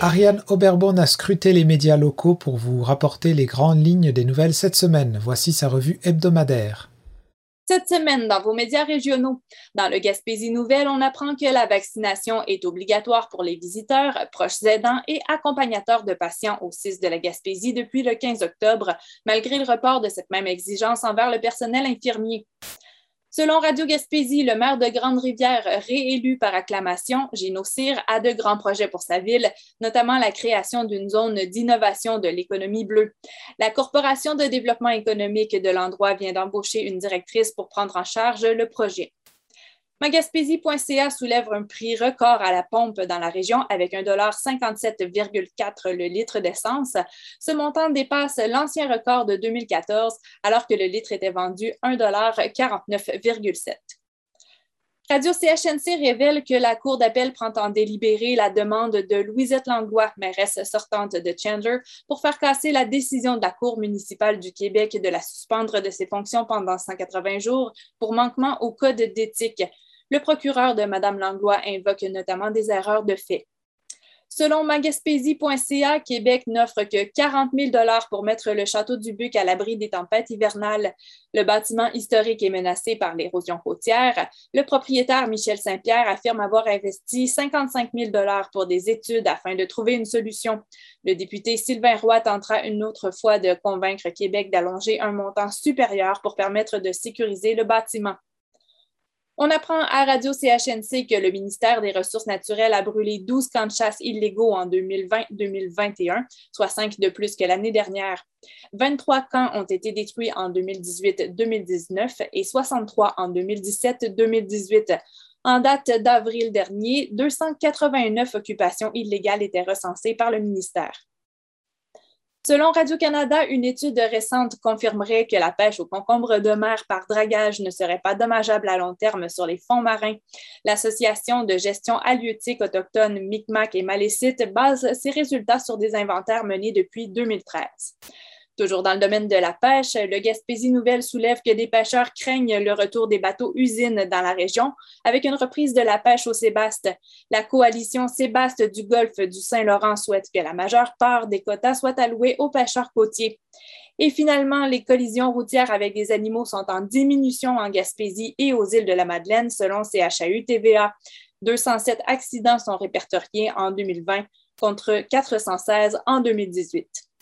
Ariane Oberborn a scruté les médias locaux pour vous rapporter les grandes lignes des nouvelles cette semaine. Voici sa revue hebdomadaire. Cette semaine, dans vos médias régionaux, dans le Gaspésie Nouvelle, on apprend que la vaccination est obligatoire pour les visiteurs, proches aidants et accompagnateurs de patients au CIS de la Gaspésie depuis le 15 octobre, malgré le report de cette même exigence envers le personnel infirmier. Selon Radio Gaspésie, le maire de Grande-Rivière, réélu par acclamation, Gino Cyr, a de grands projets pour sa ville, notamment la création d'une zone d'innovation de l'économie bleue. La Corporation de développement économique de l'endroit vient d'embaucher une directrice pour prendre en charge le projet. Magaspésie.ca soulève un prix record à la pompe dans la région avec 1,57,4 $ le litre d'essence. Ce montant dépasse l'ancien record de 2014 alors que le litre était vendu 1,49,7 $. Radio CHNC révèle que la Cour d'appel prend en délibéré la demande de Louisette Langlois, mairesse sortante de Chandler, pour faire casser la décision de la Cour municipale du Québec de la suspendre de ses fonctions pendant 180 jours pour manquement au code d'éthique. Le procureur de Mme Langlois invoque notamment des erreurs de fait. Selon Magaspésie.ca, Québec n'offre que 40 000 $ pour mettre le château du Buc à l'abri des tempêtes hivernales. Le bâtiment historique est menacé par l'érosion côtière. Le propriétaire Michel Saint-Pierre affirme avoir investi 55 000 $ pour des études afin de trouver une solution. Le député Sylvain Roy tentera une autre fois de convaincre Québec d'allonger un montant supérieur pour permettre de sécuriser le bâtiment. On apprend à Radio CHNC que le ministère des Ressources naturelles a brûlé 12 camps de chasse illégaux en 2020-2021, soit 5 de plus que l'année dernière. 23 camps ont été détruits en 2018-2019 et 63 en 2017-2018. En date d'avril dernier, 289 occupations illégales étaient recensées par le ministère. Selon Radio-Canada, une étude récente confirmerait que la pêche au concombre de mer par dragage ne serait pas dommageable à long terme sur les fonds marins. L'Association de gestion halieutique autochtone Micmac et Malécite base ses résultats sur des inventaires menés depuis 2013. Toujours dans le domaine de la pêche, le Gaspésie Nouvelle soulève que des pêcheurs craignent le retour des bateaux-usines dans la région avec une reprise de la pêche au sébaste. La coalition Sébaste du Golfe du Saint-Laurent souhaite que la majeure part des quotas soit allouée aux pêcheurs côtiers. Et finalement, les collisions routières avec des animaux sont en diminution en Gaspésie et aux îles de la Madeleine selon CHAU-TVA. 207 accidents sont répertoriés en 2020 contre 416 en 2018.